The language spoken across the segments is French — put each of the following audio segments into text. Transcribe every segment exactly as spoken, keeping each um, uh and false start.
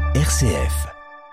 R C F.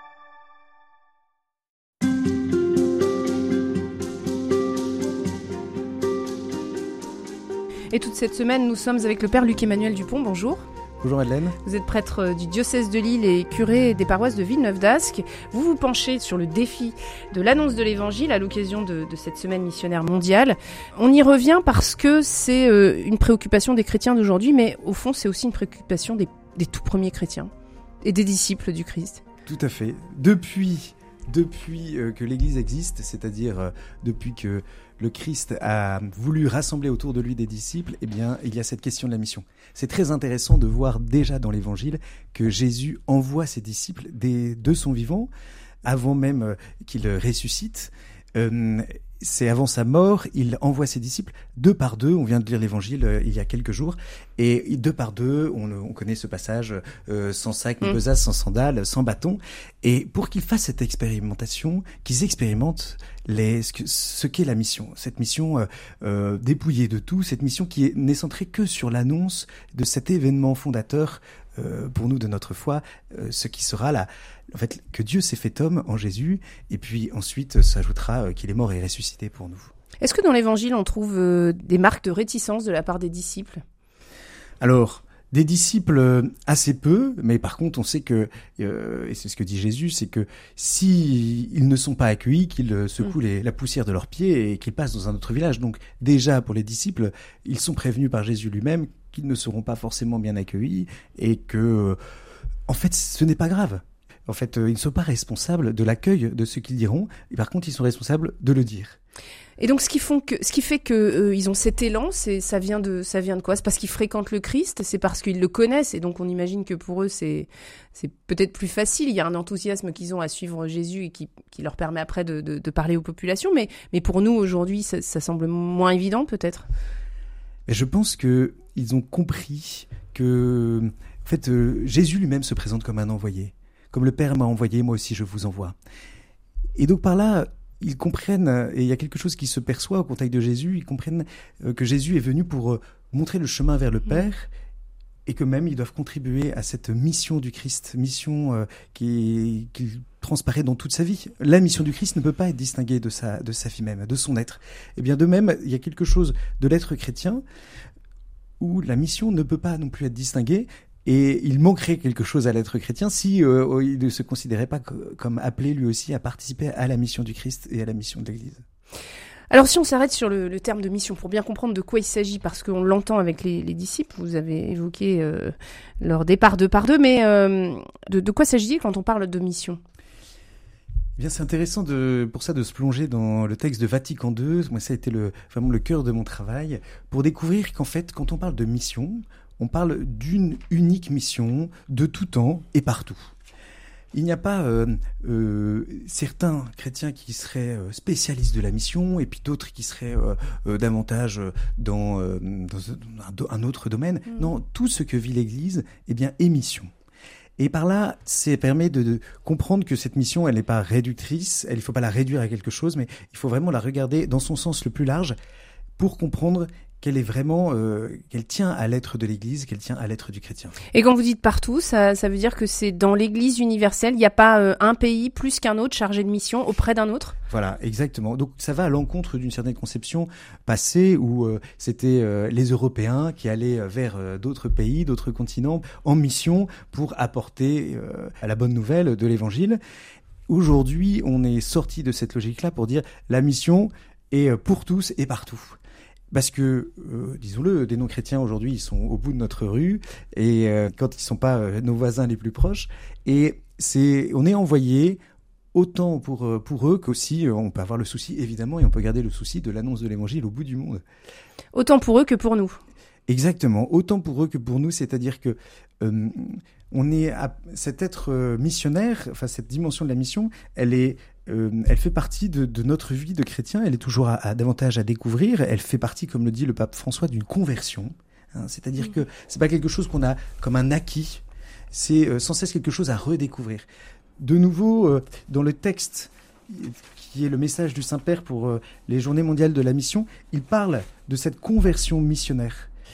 Et toute cette semaine, nous sommes avec le Père Luc-Emmanuel Dupont. Bonjour. Bonjour Madeleine. Vous êtes prêtre du diocèse de Lille et curé des paroisses de Villeneuve-d'Ascq. Vous vous penchez sur le défi de l'annonce de l'Évangile à l'occasion de, de cette semaine missionnaire mondiale. On y revient parce que c'est euh, une préoccupation des chrétiens d'aujourd'hui, mais au fond, c'est aussi une préoccupation des, des tout premiers chrétiens et des disciples du Christ. Tout à fait. Depuis, depuis euh, que l'Église existe, c'est-à-dire euh, depuis que le Christ a voulu rassembler autour de lui des disciples, eh bien, il y a cette question de la mission. C'est très intéressant de voir déjà dans l'Évangile que Jésus envoie ses disciples des, de son vivant, avant même euh, qu'il ressuscite. Euh, c'est avant sa mort, il envoie ses disciples deux par deux. On vient de lire l'Évangile euh, il y a quelques jours, et deux par deux, on, on connaît ce passage euh, sans sac, ni besace, sans sandales, sans bâton. Et pour qu'ils fassent cette expérimentation, qu'ils expérimentent les, ce, que, ce qu'est la mission, cette mission euh, euh, dépouillée de tout, cette mission qui est, n'est centrée que sur l'annonce de cet événement fondateur euh, pour nous de notre foi, euh, ce qui sera la En fait, que Dieu s'est fait homme en Jésus, et puis ensuite s'ajoutera qu'il est mort et ressuscité pour nous. Est-ce que dans l'Évangile, on trouve euh, des marques de réticence de la part des disciples ? Alors, des disciples, assez peu, mais par contre, on sait que, euh, et c'est ce que dit Jésus, c'est que si ils ne sont pas accueillis, qu'ils secouent mmh. les, la poussière de leurs pieds et qu'ils passent dans un autre village. Donc déjà, pour les disciples, ils sont prévenus par Jésus lui-même qu'ils ne seront pas forcément bien accueillis et que, en fait, ce n'est pas grave. En fait, ils ne sont pas responsables de l'accueil de ce qu'ils diront, et par contre, ils sont responsables de le dire. Et donc, ce qui, font que, ce qui fait qu'ils euh, ont cet élan, c'est, ça, vient de, ça vient de quoi ? C'est parce qu'ils fréquentent le Christ, c'est parce qu'ils le connaissent, et donc on imagine que pour eux, c'est, c'est peut-être plus facile. Il y a un enthousiasme qu'ils ont à suivre Jésus et qui, qui leur permet après de, de, de parler aux populations. Mais, mais pour nous, aujourd'hui, ça, ça semble moins évident, peut-être ? Et je pense qu'ils ont compris que, en fait, euh, Jésus lui-même se présente comme un envoyé. Comme le Père m'a envoyé, moi aussi je vous envoie. Et donc par là, ils comprennent, et il y a quelque chose qui se perçoit au contact de Jésus, ils comprennent que Jésus est venu pour montrer le chemin vers le Père, et que même ils doivent contribuer à cette mission du Christ, mission euh, qui, qui transparaît dans toute sa vie. La mission du Christ ne peut pas être distinguée de sa, de sa vie même, de son être. Et bien de même, il y a quelque chose de l'être chrétien où la mission ne peut pas non plus être distinguée. Et il manquerait quelque chose à l'être chrétien si euh, il ne se considérait pas co- comme appelé lui aussi à participer à la mission du Christ et à la mission de l'Église. Alors si on s'arrête sur le, le terme de mission, pour bien comprendre de quoi il s'agit, parce qu'on l'entend avec les, les disciples, vous avez évoqué euh, leur départ deux par deux, mais euh, de, de quoi s'agit-il quand on parle de mission ? Eh bien, c'est intéressant de, pour ça de se plonger dans le texte de Vatican deux. Moi, ça a été le, vraiment le cœur de mon travail, pour découvrir qu'en fait, quand on parle de mission, on parle d'une unique mission de tout temps et partout. Il n'y a pas euh, euh, certains chrétiens qui seraient spécialistes de la mission et puis d'autres qui seraient euh, euh, davantage dans, euh, dans un autre domaine. Mmh. Non, tout ce que vit l'Église, eh bien, est mission. Et par là, ça permet de, de comprendre que cette mission, elle n'est pas réductrice, il ne faut pas la réduire à quelque chose, mais il faut vraiment la regarder dans son sens le plus large pour comprendre qu'elle est vraiment, euh, qu'elle tient à l'être de l'Église, qu'elle tient à l'être du chrétien. Et quand vous dites partout, ça, ça veut dire que c'est dans l'Église universelle, il n'y a pas euh, un pays plus qu'un autre chargé de mission auprès d'un autre ? Voilà, exactement. Donc ça va à l'encontre d'une certaine conception passée où euh, c'était euh, les Européens qui allaient vers euh, d'autres pays, d'autres continents en mission pour apporter euh, la bonne nouvelle de l'Évangile. Aujourd'hui, on est sorti de cette logique-là pour dire la mission est pour tous et partout. Parce que, euh, disons-le, des non-chrétiens aujourd'hui, ils sont au bout de notre rue, et euh, quand ils ne sont pas euh, nos voisins les plus proches, et c'est, on est envoyé autant pour, pour eux qu'aussi, euh, on peut avoir le souci, évidemment, et on peut garder le souci de l'annonce de l'Évangile au bout du monde. Autant pour eux que pour nous. Exactement, autant pour eux que pour nous, c'est-à-dire que euh, on est à, cet être euh, missionnaire, enfin cette dimension de la mission, elle est Euh, elle fait partie de, de notre vie de chrétien, elle est toujours à, à, davantage à découvrir, elle fait partie, comme le dit le pape François, d'une conversion, hein, c'est-à-dire mmh. que c'est pas quelque chose qu'on a comme un acquis, c'est euh, sans cesse quelque chose à redécouvrir. De nouveau, euh, dans le texte qui est le message du Saint-Père pour euh, les Journées mondiales de la mission, il parle de cette conversion missionnaire.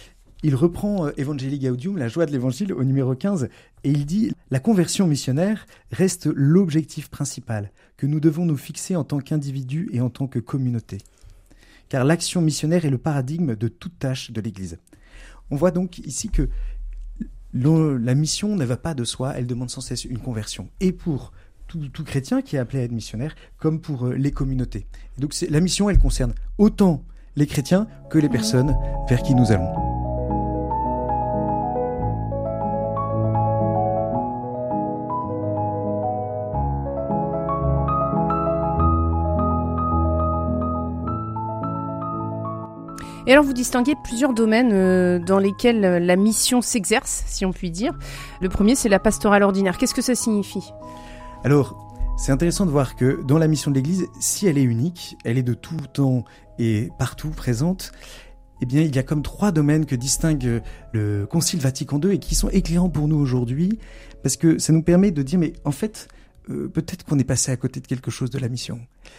il reprend euh, Evangelii Gaudium, la joie de l'évangile, au numéro quinze, et il dit « La conversion missionnaire reste l'objectif principal que nous devons nous fixer en tant qu'individus et en tant que communauté. Car l'action missionnaire est le paradigme de toute tâche de l'Église. » On voit donc ici que la mission ne va pas de soi, elle demande sans cesse une conversion. Et pour tout, tout chrétien qui est appelé à être missionnaire, comme pour les communautés. Et donc c'est, la mission, elle concerne autant les chrétiens que les personnes vers qui nous allons. Et alors, vous distinguez plusieurs domaines euh, dans lesquels la mission s'exerce, si on peut dire. Le premier, c'est la pastorale ordinaire. Qu'est-ce que ça signifie ? Alors, c'est intéressant de voir que dans la mission de l'Église, si elle est unique, elle est de tout temps et partout présente, eh bien, il y a comme trois domaines que distingue le Concile Vatican deux et qui sont éclairants pour nous aujourd'hui, parce que ça nous permet de dire, mais en fait, euh, peut-être qu'on est passé à côté de quelque chose de la mission.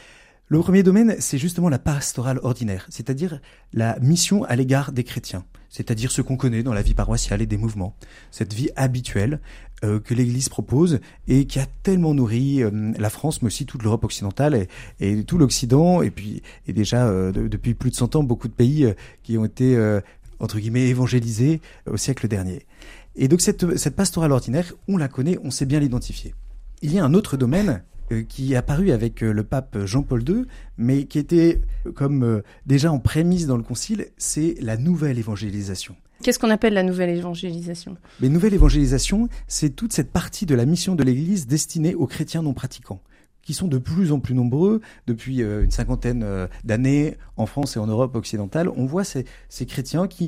Le premier domaine, c'est justement la pastorale ordinaire, c'est-à-dire la mission à l'égard des chrétiens, c'est-à-dire ce qu'on connaît dans la vie paroissiale et des mouvements, cette vie habituelle euh, que l'Église propose et qui a tellement nourri euh, la France, mais aussi toute l'Europe occidentale et, et tout l'Occident, et puis et déjà euh, de, depuis plus de cent ans, beaucoup de pays euh, qui ont été euh, entre guillemets évangélisés au siècle dernier. Et donc cette, cette pastorale ordinaire, on la connaît, on sait bien l'identifier. Il y a un autre domaine qui est apparu avec le pape Jean-Paul deux, mais qui était comme euh, déjà en prémisse dans le concile, c'est la nouvelle évangélisation. Qu'est-ce qu'on appelle la nouvelle évangélisation ? Mais nouvelle évangélisation, c'est toute cette partie de la mission de l'Église destinée aux chrétiens non pratiquants, qui sont de plus en plus nombreux depuis euh, une cinquantaine euh, d'années en France et en Europe occidentale. On voit ces, ces chrétiens qui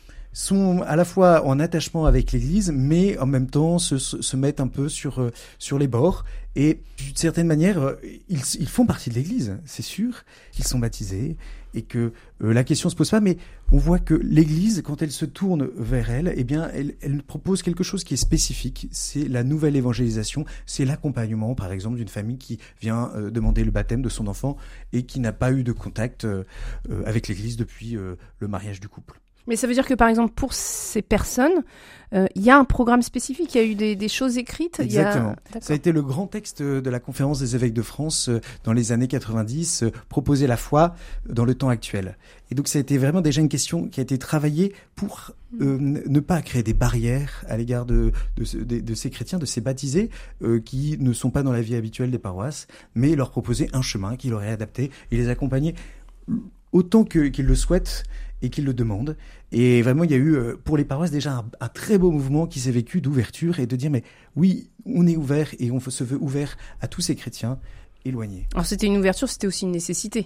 sont à la fois en attachement avec l'Église, mais en même temps se, se, se mettent un peu sur, euh, sur les bords. Et d'une certaine manière, euh, ils, ils font partie de l'Église, c'est sûr, qu'ils sont baptisés et que euh, la question se pose pas. Mais on voit que l'Église, quand elle se tourne vers elle, eh bien, elle, elle propose quelque chose qui est spécifique. C'est la nouvelle évangélisation, c'est l'accompagnement, par exemple, d'une famille qui vient euh, demander le baptême de son enfant et qui n'a pas eu de contact euh, euh, avec l'Église depuis euh, le mariage du couple. Mais ça veut dire que, par exemple, pour ces personnes, euh, il y a un programme spécifique, il y a eu des, des choses écrites. Exactement. Il y a... Ça a été le grand texte de la conférence des évêques de France euh, dans les années quatre-vingt-dix, euh, proposer la foi dans le temps actuel. Et donc ça a été vraiment déjà une question qui a été travaillée pour euh, ne pas créer des barrières à l'égard de, de, de, de ces chrétiens, de ces baptisés euh, qui ne sont pas dans la vie habituelle des paroisses, mais leur proposer un chemin qui leur est adapté et les accompagner autant que, qu'ils le souhaitent et qu'ils le demandent. Et vraiment, il y a eu, pour les paroisses, déjà un, un très beau mouvement qui s'est vécu d'ouverture et de dire, mais oui, on est ouvert et on se veut ouvert à tous ces chrétiens éloignés. Alors c'était une ouverture, c'était aussi une nécessité.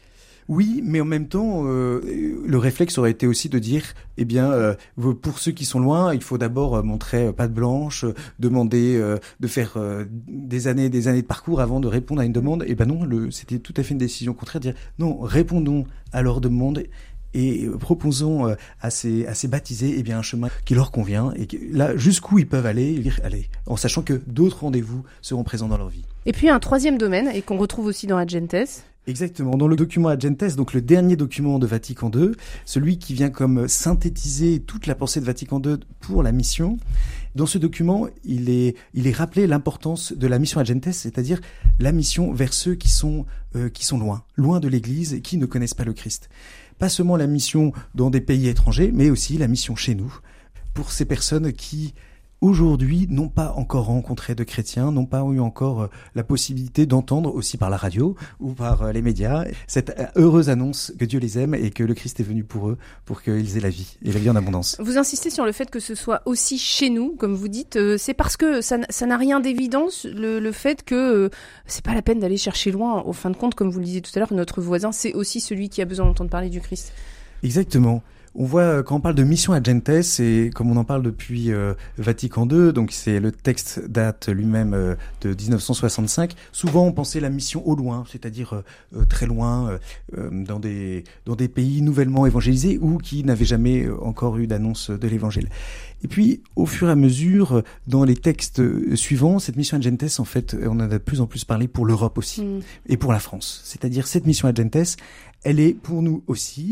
Oui, mais en même temps, euh, le réflexe aurait été aussi de dire, eh bien, euh, pour ceux qui sont loin, il faut d'abord montrer euh, patte blanche, euh, demander euh, de faire euh, des années et des années de parcours avant de répondre à une demande. Et ben non, le, c'était tout à fait une décision contraire, de dire non, répondons à leur demande et proposons euh, à ces à ces baptisés eh bien un chemin qui leur convient et que, là jusqu'où ils peuvent aller, aller, en sachant que d'autres rendez-vous seront présents dans leur vie. Et puis un troisième domaine et qu'on retrouve aussi dans Agentes. Exactement. Dans le document Agentes, donc le dernier document de Vatican deux, celui qui vient comme synthétiser toute la pensée de Vatican deux pour la mission, dans ce document, il est, il est rappelé l'importance de la mission Agentes, c'est-à-dire la mission vers ceux qui sont, euh, qui sont loin, loin de l'Église et qui ne connaissent pas le Christ. Pas seulement la mission dans des pays étrangers, mais aussi la mission chez nous, pour ces personnes qui, aujourd'hui, n'ont pas encore rencontré de chrétiens, n'ont pas eu encore euh, la possibilité d'entendre aussi par la radio ou par euh, les médias cette euh, heureuse annonce que Dieu les aime et que le Christ est venu pour eux, pour qu'ils aient la vie, et la vie en abondance. Vous insistez sur le fait que ce soit aussi chez nous, comme vous dites, euh, c'est parce que ça, ça n'a rien d'évidence, le, le fait que euh, c'est pas la peine d'aller chercher loin. Au fin de compte, comme vous le disiez tout à l'heure, notre voisin, c'est aussi celui qui a besoin d'entendre parler du Christ. Exactement. On voit, quand on parle de mission Agentes, et comme on en parle depuis euh, Vatican deux, donc c'est le texte date lui-même euh, de dix-neuf cent soixante-cinq, souvent on pensait la mission au loin, c'est-à-dire euh, très loin, euh, dans des dans des pays nouvellement évangélisés ou qui n'avaient jamais encore eu d'annonce de l'évangile. Et puis, au fur et à mesure, dans les textes suivants, cette mission Agentes, en fait, on en a de plus en plus parlé pour l'Europe aussi, mmh. et pour la France. C'est-à-dire, cette mission Agentes, elle est pour nous aussi,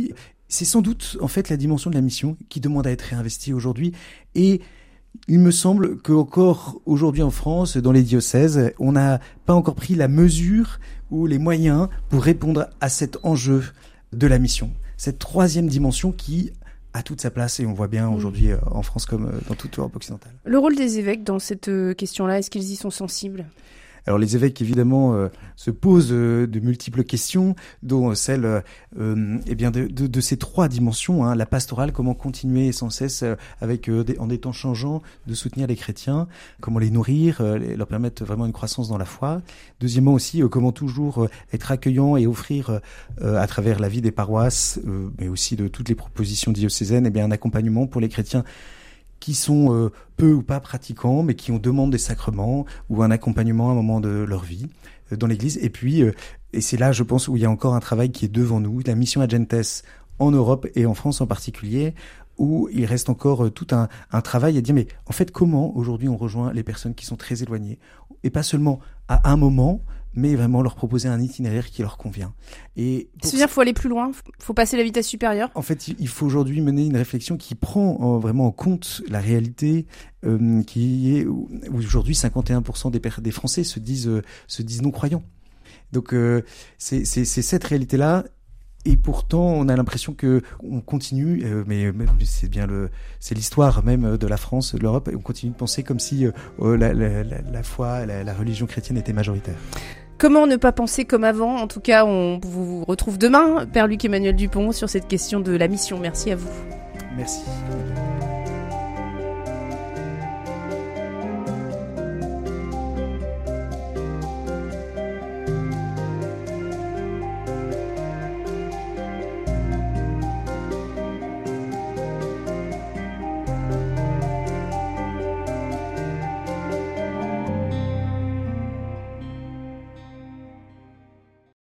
c'est sans doute en fait la dimension de la mission qui demande à être réinvestie aujourd'hui. Et il me semble qu'encore aujourd'hui en France, dans les diocèses, on n'a pas encore pris la mesure ou les moyens pour répondre à cet enjeu de la mission. Cette troisième dimension qui a toute sa place, et on voit bien aujourd'hui euh, en France comme euh, dans toute l'Europe occidentale. Le rôle des évêques dans cette euh, question-là, est-ce qu'ils y sont sensibles ? Alors les évêques, évidemment, euh, se posent euh, de multiples questions, dont celle euh, eh bien de, de, de ces trois dimensions, hein, la pastorale, comment continuer sans cesse, euh, avec euh, des, en des temps changeants, de soutenir les chrétiens, comment les nourrir, euh, les, leur permettre vraiment une croissance dans la foi. Deuxièmement aussi, euh, comment toujours euh, être accueillant et offrir, euh, à travers la vie des paroisses, euh, mais aussi de toutes les propositions diocésaines, eh bien un accompagnement pour les chrétiens qui sont euh, peu ou pas pratiquants, mais qui ont demandé des sacrements ou un accompagnement à un moment de leur vie euh, dans l'Église. Et puis, euh, et c'est là, je pense, où il y a encore un travail qui est devant nous, la mission Agentes en Europe et en France en particulier, où il reste encore euh, tout un, un travail à dire, mais en fait, comment aujourd'hui on rejoint les personnes qui sont très éloignées, et pas seulement à un moment, mais vraiment leur proposer un itinéraire qui leur convient. Et c'est-à-dire qu'il faut aller plus loin, il faut passer la vitesse supérieure. En fait, il faut aujourd'hui mener une réflexion qui prend euh, vraiment en compte la réalité, euh, qui est où aujourd'hui cinquante et un pour cent des, des Français se disent euh, se disent non croyants. Donc euh, c'est, c'est, c'est cette réalité-là. Et pourtant, on a l'impression que on continue, euh, mais même, c'est bien le, c'est l'histoire même de la France, de l'Europe, et on continue de penser comme si euh, la, la, la, la foi, la, la religion chrétienne était majoritaire. Comment ne pas penser comme avant ? En tout cas, on vous retrouve demain, Père Luc Emmanuel Dupont, sur cette question de la mission. Merci à vous. Merci.